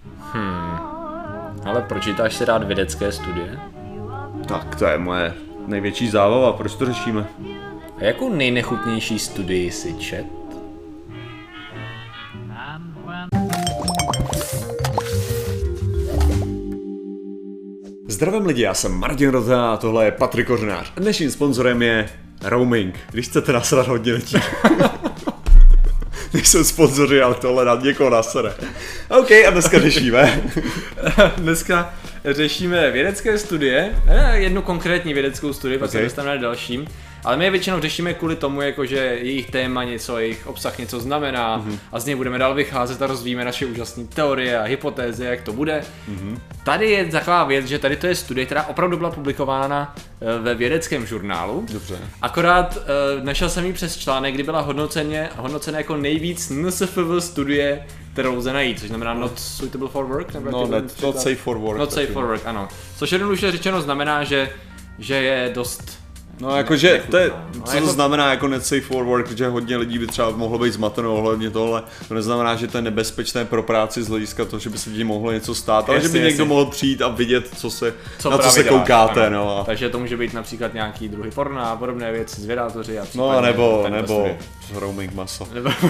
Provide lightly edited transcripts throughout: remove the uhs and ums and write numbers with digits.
Ale pročítáš si rád vědecké studie? Tak to je moje největší zábava, proč to řešíme? A jakou nejnechutnější studii si čet? Zdravím lidi, já jsem Martin Rota a tohle je Patrik Kořenář. Dnešním sponzorem je Roaming, když chcete nasrat hodně lidí. Nejsou sponzoři, ale tohle nad někoho nasere. OK, a dneska řešíme. Dneska řešíme vědecké studie, jednu konkrétní vědeckou studii, pak se dostaneme dalším. Ale my je většinou řešíme kvůli tomu, jakože jejich téma něco, jejich obsah něco znamená a z něj budeme dál vycházet a rozvíjíme naše úžasné teorie a hypotézy, jak to bude. Tady je taková věc, že tady to je studie, která opravdu byla publikována ve vědeckém žurnálu. Dobře. Akorát našel jsem ji přes článek, kdy byla hodnocena jako nejvíc NSFW studie, kterou lze najít, což znamená not suitable for work? Nebo not safe for work. Not safe for work, ano. Což jednoduše řečeno znamená, že je dost... No jakože to znamená jako net safe for work, že hodně lidí by třeba mohlo být zmateno ohledně tohle. To neznamená, že to je nebezpečné pro práci z hlediska toho, že by se tím mohlo něco stát, ale že by někdo mohl přijít a vidět, na co se koukáte. No. Takže to může být například nějaký druhy porna a podobné věci, zvědátoři a no nebo roaming maso.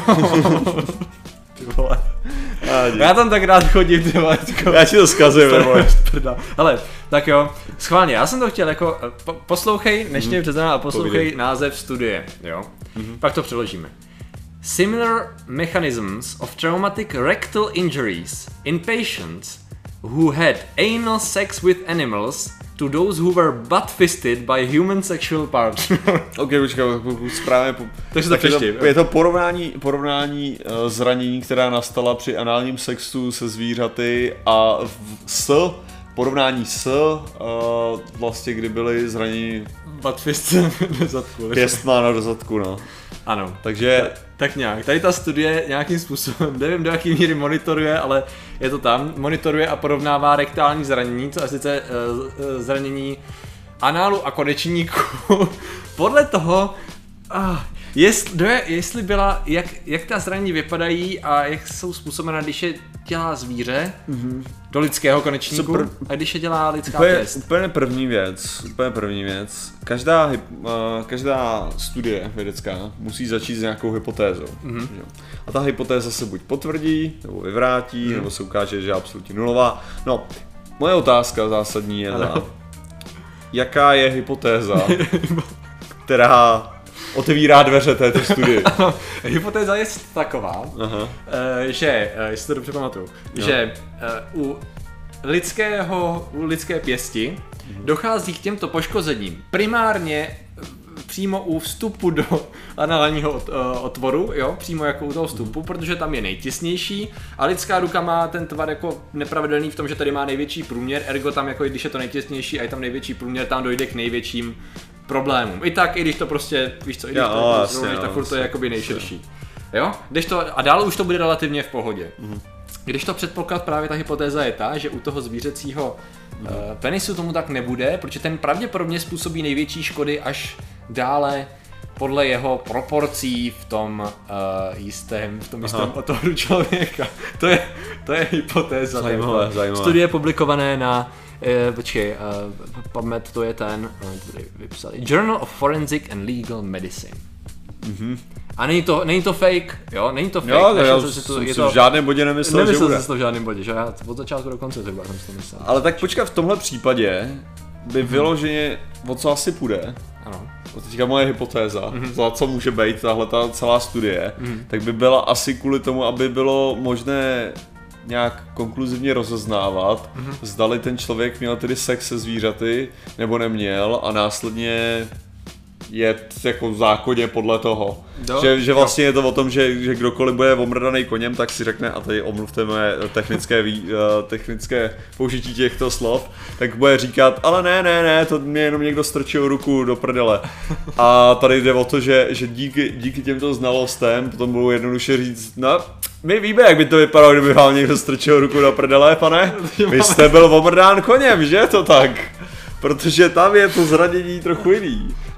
Já tam tak rád chodím, já ti to zkazuju. Ale tak jo, schválně, já jsem to chtěl jako, poslouchej, než mě přeznám a poslouchej název studie, jo, pak to přeložíme. Similar mechanisms of traumatic rectal injuries in patients who had anal sex with animals to those who were butt-fisted by human sexual partners. Ok, počkej, správně. Takže to přečtím. Je to porovnání zranění, která nastala při análním sexu se zvířaty a porovnání s vlastně, kdy byly zranění butt-fist do zadku. Pěstma do zadku, no. Ano. Takže... Tak nějak. Tady ta studie nějakým způsobem, nevím do jaký míry monitoruje, ale je to tam, monitoruje a porovnává rektální zranění, co je sice zranění análu a konečníku. Podle toho, jestli byla, jak ta zranění vypadají a jak jsou způsobena, když je dělá zvíře do lidského konečníku a když je dělá lidská pěst. Úplně první věc. Každá studie vědecká musí začít s nějakou hypotézou. A ta hypotéza se buď potvrdí, nebo vyvrátí, nebo se ukáže, že je absolutně nulová. No, moje otázka zásadní je jaká je hypotéza, která otevírá dveře této studii. Hypotéza je taková, že, jestli to dobře pamatuju, že u lidské pěsti dochází k těmto poškozením primárně přímo u vstupu do análního otvoru, jo, přímo jako u toho vstupu, protože tam je nejtěsnější a lidská ruka má ten tvar jako nepravidelný v tom, že tady má největší průměr, ergo tam jako když je to nejtěsnější a je tam největší průměr, tam dojde k největším problémům. I tak, i když to prostě, víš co, i když tak furt to je jakoby nejširší. Jo? A dále už to bude relativně v pohodě. Když to předpoklad právě ta hypotéza je ta, že u toho zvířecího penisu tomu tak nebude, protože ten pravděpodobně způsobí největší škody až dále podle jeho proporcí v tom jistém otvoru člověka. To je hypotéza. Zajímavé. Studie publikované na PubMed, to je ten, vypsali, Journal of Forensic and Legal Medicine. A není to fake, jo, není to fake. Jo, já jsem v žádném bodě nemyslel, že bude. Jsem to v žádném bodě, že já od začátku do konce zhruba jsem si to myslel. Ale tak počkat, v tomhle případě by vyloženě o co asi půjde. Ano. Teďka moje hypotéza, za co může být tahle ta celá studie, tak by byla asi kvůli tomu, aby bylo možné nějak konkluzivně rozeznávat, zdali ten člověk měl tedy sex se zvířaty, nebo neměl a následně je jako v zákoně podle toho. Že vlastně je to o tom, že kdokoliv bude omrdaný koněm, tak si řekne, a tady omluvte moje technické použití těchto slov, tak bude říkat, ale ne, to mě jenom někdo strčil ruku do prdele. A tady jde o to, že díky těmto znalostem potom budou jednoduše říct, no, my víme, jak by to vypadalo, kdyby vám někdo strčil ruku do prdele, pane. Vy jste byl omrdán koněm, že to tak? Protože tam je to zranění trochu jiný.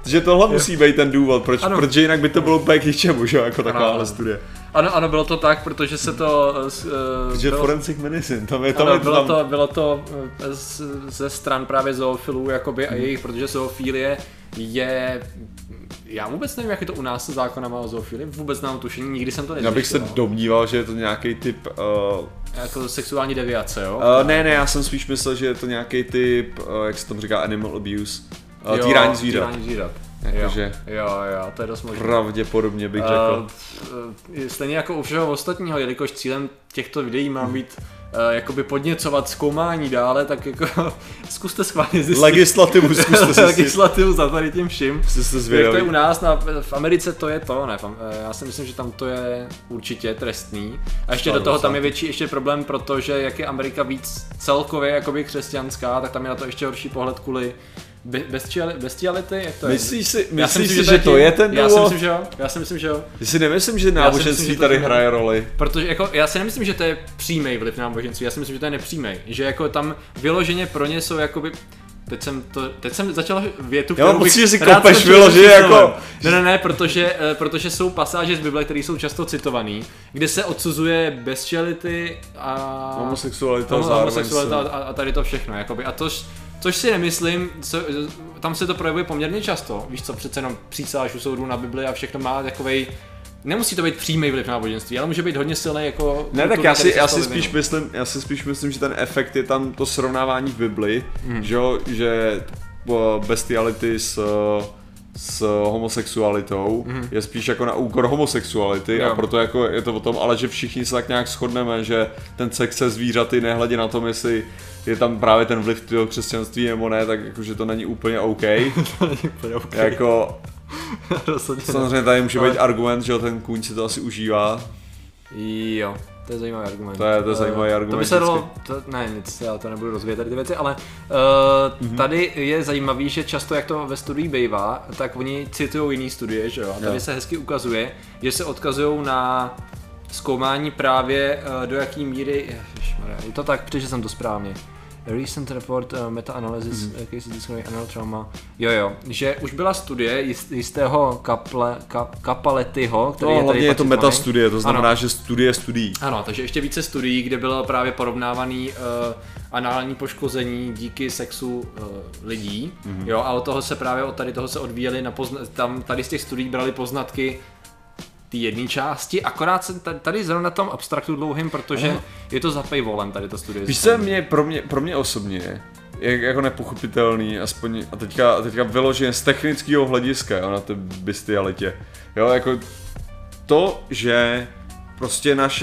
Že tohle musí být ten důvod, protože jinak by to bylo úplně k ničemu, že jo, jako takováhle studie. Ano, bylo to tak, protože se to... Protože forensic medicine, bylo to ze stran právě zoofilů, jakoby, a jejich, protože zoofílie je... Já vůbec nevím, jak je to u nás se zákonama o zoofilii, vůbec nám tušení, nikdy jsem to nezjišťoval. Já bych se domníval, že je to nějaký typ... Jako sexuální deviace, jo? Ne, já jsem spíš myslel, že je to nějaký typ, jak se tomu říká, animal abuse. Týrání zvířat. Jakože jo, to je dost možné. Pravděpodobně bych řekl. Stejně jako u všeho ostatního, jelikož cílem těchto videí má být jakoby podněcovat zkoumání dále, tak jako zkuste schválně zjistit. Legislativu zkuste zjistit. Legislativu za tady tím vším. Jak to je u nás, v Americe to je to, ne, já si myslím, že tam to je určitě trestný. A ještě do toho tam je větší ještě problém, protože jak je Amerika víc celkově jakoby křesťanská, tak tam je na to ještě horší pohled kvůli bestiality, jak to je? Myslíš si, že to je ten důvod? Já si myslím, že jo. Já si nemyslím, že náboženství tady hraje roli. Protože jako, já si nemyslím, že to je přímý vliv náboženství, já si myslím, že to je nepřímej. Že jako tam vyloženě pro ně jsou jakoby... Teď jsem začal větu, kterou bych pocit, že si kopeš vyloženě jako... Ne, protože jsou pasáže z Bible, které jsou často citované, kde se odsuzuje bestiality a... Homosexualita a tady to všechno, jakoby. A což si nemyslím, tam se to projevuje poměrně často, víš co, přece jenom přísaháš u soudu na Bibli a všechno má takovej, nemusí to být přímý vliv náboženství, ale může být hodně silný jako... Ne, tak já si spíš myslím, že ten efekt je tam to srovnávání v Bibli, že bestiality s homosexualitou je spíš jako na úkor homosexuality a proto jako je to o tom, ale že všichni se tak nějak shodneme, že ten sex se zvířaty nehledě na tom, jestli je tam právě ten vliv toho křesťanství nebo ne, tak jakože to není úplně OK. To není úplně OK. Jako, samozřejmě tady může být argument, že ten kůň si to asi užívá. Jo, to je zajímavý argument. To je zajímavý argument. To by se dalo, nic, já to nebudu rozvíjet tady ty věci, ale tady je zajímavý, že často jak to ve studii bývá, tak oni citují jiný studie, že jo? A tady se hezky ukazuje, že se odkazují na zkoumání právě do jaký míry, je to tak, protože jsem to správně. Recent report meta-analysis cases describing anal trauma. Jo, že už byla studie jistého Capellettiho, který je tady je to metastudie, to znamená, že studie studií. Ano, takže ještě více studií, kde bylo právě porovnávaný anální poškození díky sexu lidí. Jo, a od toho se právě od tady toho se odvíjeli tady z těch studií brali poznatky ty jedné části, akorát jsem tady zrovna na tom abstraktu dlouhým, protože je to za paywallem tady ta studie. Víš co, pro mě osobně je jako nepochopitelný, aspoň a teďka vyloženě z technického hlediska, jo, na té bestialitě. Jo, jako to, že prostě náš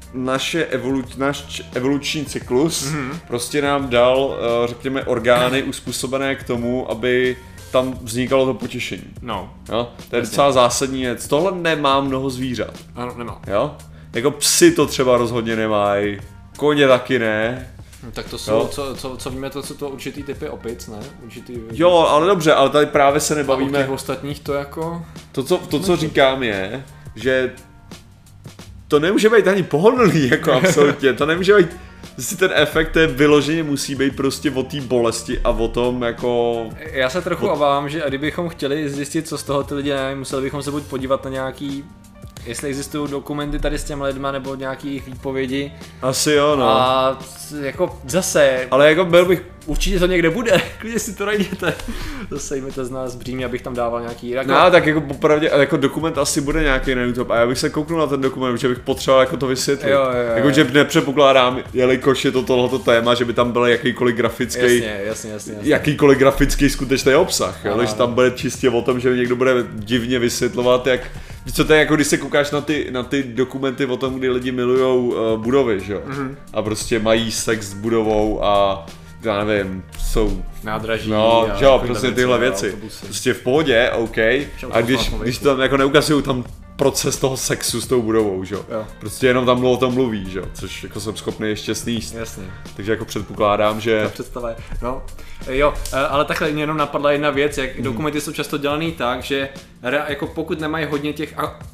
evoluční cyklus prostě nám dal, řekněme, orgány uspůsobené k tomu, aby tam vznikalo to potěšení. No. Jo? To je docela zásadní věc. Tohle nemá mnoho zvířat. Ano, nemá. Jo? Jako psi to třeba rozhodně nemají, koně taky ne. No, tak to jsou, co víme, to jsou to určitý typy opic, ne? Jo, ale dobře, ale tady právě se nebavíme. A u těch ostatních to jako... To, co říkám je, že to nemůže být ani pohodlný, jako absolutně. To nemůže být... Ten efekt vyloženě musí být prostě o té bolesti a o tom jako... Já se trochu obávám, že kdybychom chtěli zjistit, co z toho ty lidi nemají, museli bychom se buď podívat na nějaký, jestli existují dokumenty tady s těmi lidma nebo nějaký výpovědi. Asi jo, no. A jako zase... Ale jako byl bych... Určitě to někde bude, klidně si to najděte. Zase jměte z nás břímě, abych tam dával nějaký... Jako... No, tak jako popravdě, jako dokument asi bude nějaký na YouTube a já bych se kouknul na ten dokument, protože bych potřeboval jako to vysvětlit. Jo. Jako, že nepředpokládám, jelikož je to tohleto téma, že by tam byl jakýkoliv grafický... Jasně. Jakýkoliv grafický skutečný obsah, jo? Takže tam bude čistě o tom, že někdo bude divně vysvětlovat, jak... Víš co, to je jako když se koukáš na ty dokumenty o tom, kdy lidi milujou budovy, že jo? A prostě mají sex s budovou a... Já nevím, jsou nádraží, no, jo, prostě tyhle věci. Prostě v pohodě, OK. A když tam jako neukazují tam proces toho sexu s tou budovou, že jo. Prostě jenom tam o tom mluví, že jo, což jako jsem schopný ještě sníst. Jasně. Takže jako předpokládám, že... Představa, no. Jo, ale takhle mě jenom napadla jedna věc, jak dokumenty jsou často dělaný tak, že jako pokud nemají hodně těch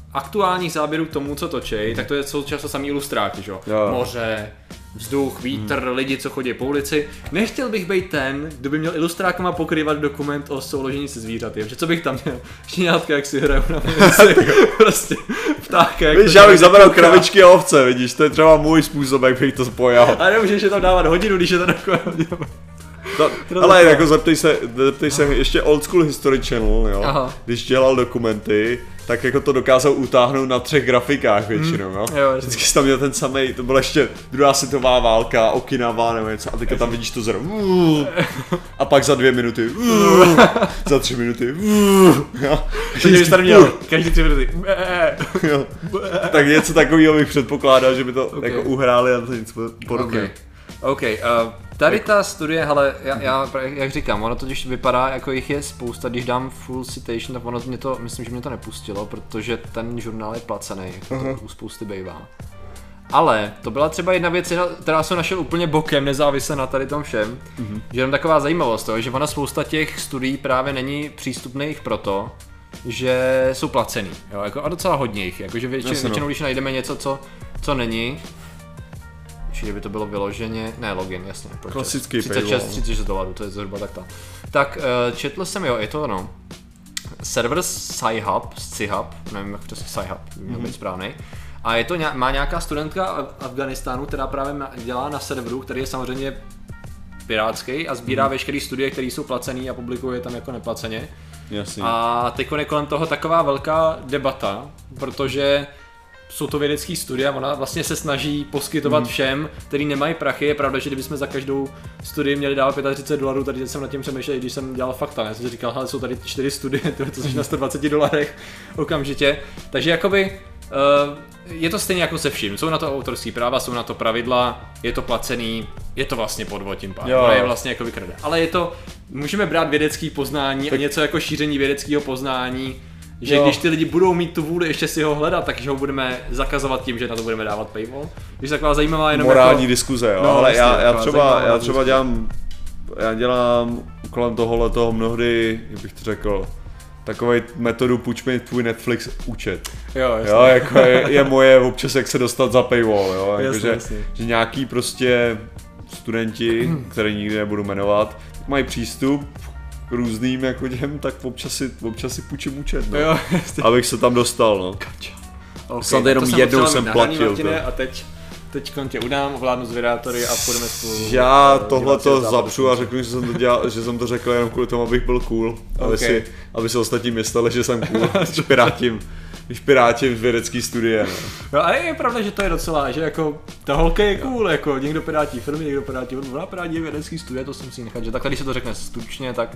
aktuálních záběrů k tomu, co točí, tak to jsou často samý ilustráty, že jo? Moře, vzduch, vítr, lidi, co chodí po ulici. Nechtěl bych být ten, kdo by měl ilustrákama pokrývat dokument o souložení se zvířaty. Že co bych tam měl? Štěňátka, jak si hrajou na měsíci, prostě ptáka. Víš, já bych zabral kravičky a ovce, vidíš, to je třeba můj způsob, jak bych to spojil. A nemůžeš je tam dávat hodinu, když je to takové. Ale jako zeptej se ještě Old School History Channel, jo. Aha. Když dělal dokumenty, tak jako to dokázal utáhnout na 3 grafikách většinou, jo. Vždycky jsi tam měl ten samej, to byla ještě druhá světová válka, Okinawa nebo něco, a teďka tam vidíš to zero. A pak za 2 minuty, za 3 minuty, každý 3 minuty. Tak něco takového bych předpokládal, že by to jako uhráli a to nic podobného. OK, tady ta studie, hele, já jak říkám, ono totiž vypadá, jako jich je spousta, když dám full citation, tak ono myslím, že mě to nepustilo, protože ten žurnál je placený, jako to u spousty bývá. Ale to byla třeba jedna věc, která jsem našel úplně bokem, nezávisle na tady tom všem, že jenom taková zajímavost, že ona spousta těch studií právě není přístupných proto, že jsou placený, jo, jako, a docela hodně jich, jakože většinou, když najdeme něco, co není, že by to bylo vyloženě, ne login, jasně, klasický 36 dolarů, to je zhruba takto. Tak četl jsem, je to ono, server Sci-Hub, nevím jak to je Sci-Hub, měl být správnej, a je to má nějaká studentka Afganistánu, která právě dělá na serveru, který je samozřejmě pirátský a sbírá veškeré studie, které jsou placený a publikuje tam jako neplaceně. Jasně. A teď je kolem toho taková velká debata, protože jsou to vědecké studie a ona vlastně se snaží poskytovat všem, kteří nemají prachy. Je pravda, že kdybychom za každou studii měli dát $35, tady jsem nad tím přemýšlel, když jsem dělal fakta. Já jsem si říkal, hele, jsou tady 4 studie, to jsi na $120 okamžitě. Takže jakoby je to stejně jako se vším. Jsou na to autorský práva, jsou na to pravidla, je to placený, je to vlastně podvod tím pádem. Je vlastně jako vykrade. Ale je to, můžeme brát vědecký poznání a něco jako šíření vědeckého poznání. Že když ty lidi budou mít tu vůli ještě si ho hledat, takže ho budeme zakazovat tím, že na to budeme dávat paywall. Když taková zajímavá jenom morální jako diskuze, jo, no, ale já třeba dělám kolem toho mnohdy, jak bych to řekl, takovej metodu půjč mi tvůj Netflix účet. Jo, jako je moje občas jak se dostat za paywall, jo, jako že nějaký prostě studenti, které nikdy nebudu jmenovat, tak mají přístup k různým jako těm, tak občas si půjčím účet, no. Jo, abych se tam dostal, no. Okay, snad jenom jednou jsem platil. Martine, a teď tě udám, ovládnu zvědátory a půjdeme spolu. Já tohleto zapřu a řeknu, že jsem to řekl jenom kvůli tomu, abych byl cool. Aby si ostatní mysleli, že jsem cool. Když pirátím z vědecký studie. No a je pravda, že to je docela, že jako ta holka je cool, jako někdo pirátí filmy, někdo pirátí hudbu, ona pirátí vědecký studie, to jsem si nechal, že takhle když se to řekne stručně, tak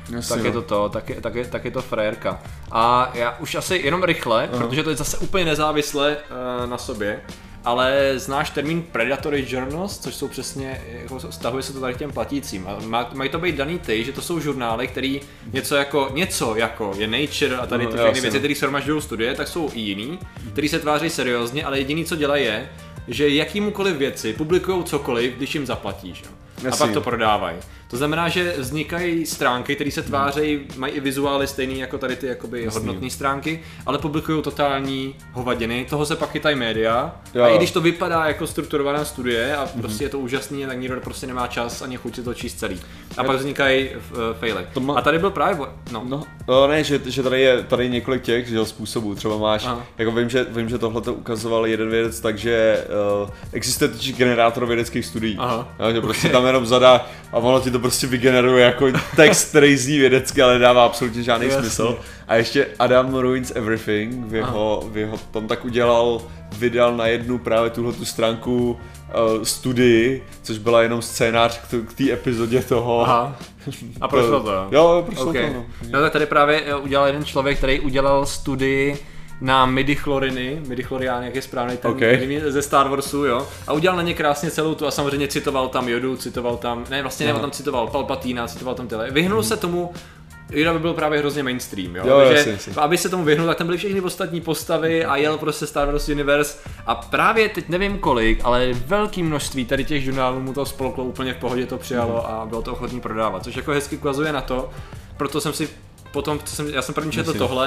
je to frérka. A já už asi jenom rychle, protože to je zase úplně nezávisle na sobě, ale znáš termín predatory journals, což jsou přesně, jako vztahuje se to tady k těm platícím. A mají to být daný že to jsou žurnály, který něco jako je Nature a tady ty všechny věci, které shromažďují studie, tak jsou i jiný, který se tváří seriózně, ale jediný, co dělají je, že jakýmukoliv věci publikují cokoliv, když jim zaplatíš. A pak to prodávají. To znamená, že vznikají stránky, které se tvářejí, mají i vizuály stejný jako tady ty jakoby hodnotné stránky, ale publikují totální hovadiny, toho se pak chytají média. A i když to vypadá jako strukturovaná studie a prostě je to úžasný, tak nikdo prostě nemá čas ani chuť si to číst celý. A pak vznikají faily. A tady byl právě, že tady je několik těch způsobů, třeba máš, jako vím, že tohle to ukazoval jeden vědec, takže existuje totiž generátor vědeckých studií. Že prostě tam jenom zadá a ono ti to prostě vygeneruje jako text, který zní vědecky, ale dává absolutně žádný smysl. A ještě Adam Ruins Everything v jeho tom tak vydal na jednu právě tuhletu stránku studii, což byla jenom scénář k té epizodě toho. A prošlo to? Jo, prošlo to. No tak tady právě udělal jeden člověk, který udělal studii na midichloriány, jak je správný ten ze Star Warsu, jo. A udělal na ně krásně celou tu a samozřejmě citoval tam Jodu, tam citoval Palpatina, citoval tam tyhle. Vyhnul se tomu, Yoda by byl právě hrozně mainstream, jo. Takže aby se tomu vyhnul, tak tam byly všechny ostatní postavy a jel prostě Star Wars Universe a právě teď nevím kolik, ale velké množství tady těch žurnálů mu to spolklo úplně v pohodě, to přijalo a bylo to ochotný prodávat, což jako hezky ukazuje na to, proto jsem si potom, já jsem první četl tohle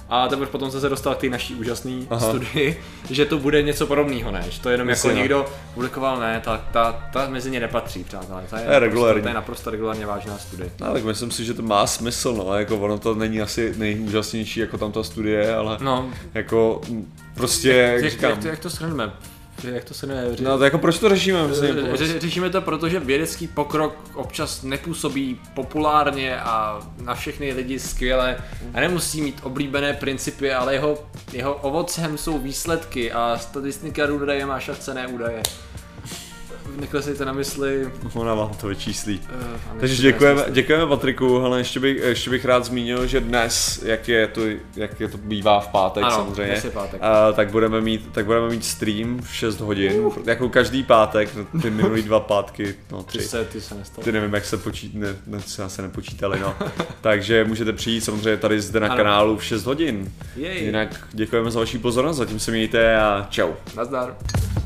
a teprve potom se dostal k té naší úžasné studii, že to bude něco podobného, ne? Že to jenom jako někdo publikoval, ne, ta mezi ně nepatří, přátelé. To je naprosto regulárně vážná studie. No, tak myslím si, že to má smysl, no, jako ono to není asi nejúžasnější jako tam ta studie, ale jako prostě, jak to shrneme? Jak to se no to jako proč to řešíme? Řešíme to, protože vědecký pokrok občas nepůsobí populárně a na všechny lidi skvěle a nemusí mít oblíbené principy, ale jeho ovocem jsou výsledky a statistika údaje má cenné údaje. Neklesejte na mysli. Ona vám to vyčíslí. Takže děkujeme Patriku, ale ještě bych rád zmínil, že dnes, jak je to bývá v pátek, ano, samozřejmě, pátek. Tak budeme mít stream v 6 hodin, jako každý pátek, ty minulý 2 pátky, no 3. Ty se nestalo. Ty nevím, jak se se nepočítali, no. Takže můžete přijít samozřejmě tady zde na kanálu v 6 hodin. Jinak děkujeme za vaši pozornost, zatím se mějte a čau. Nazdar.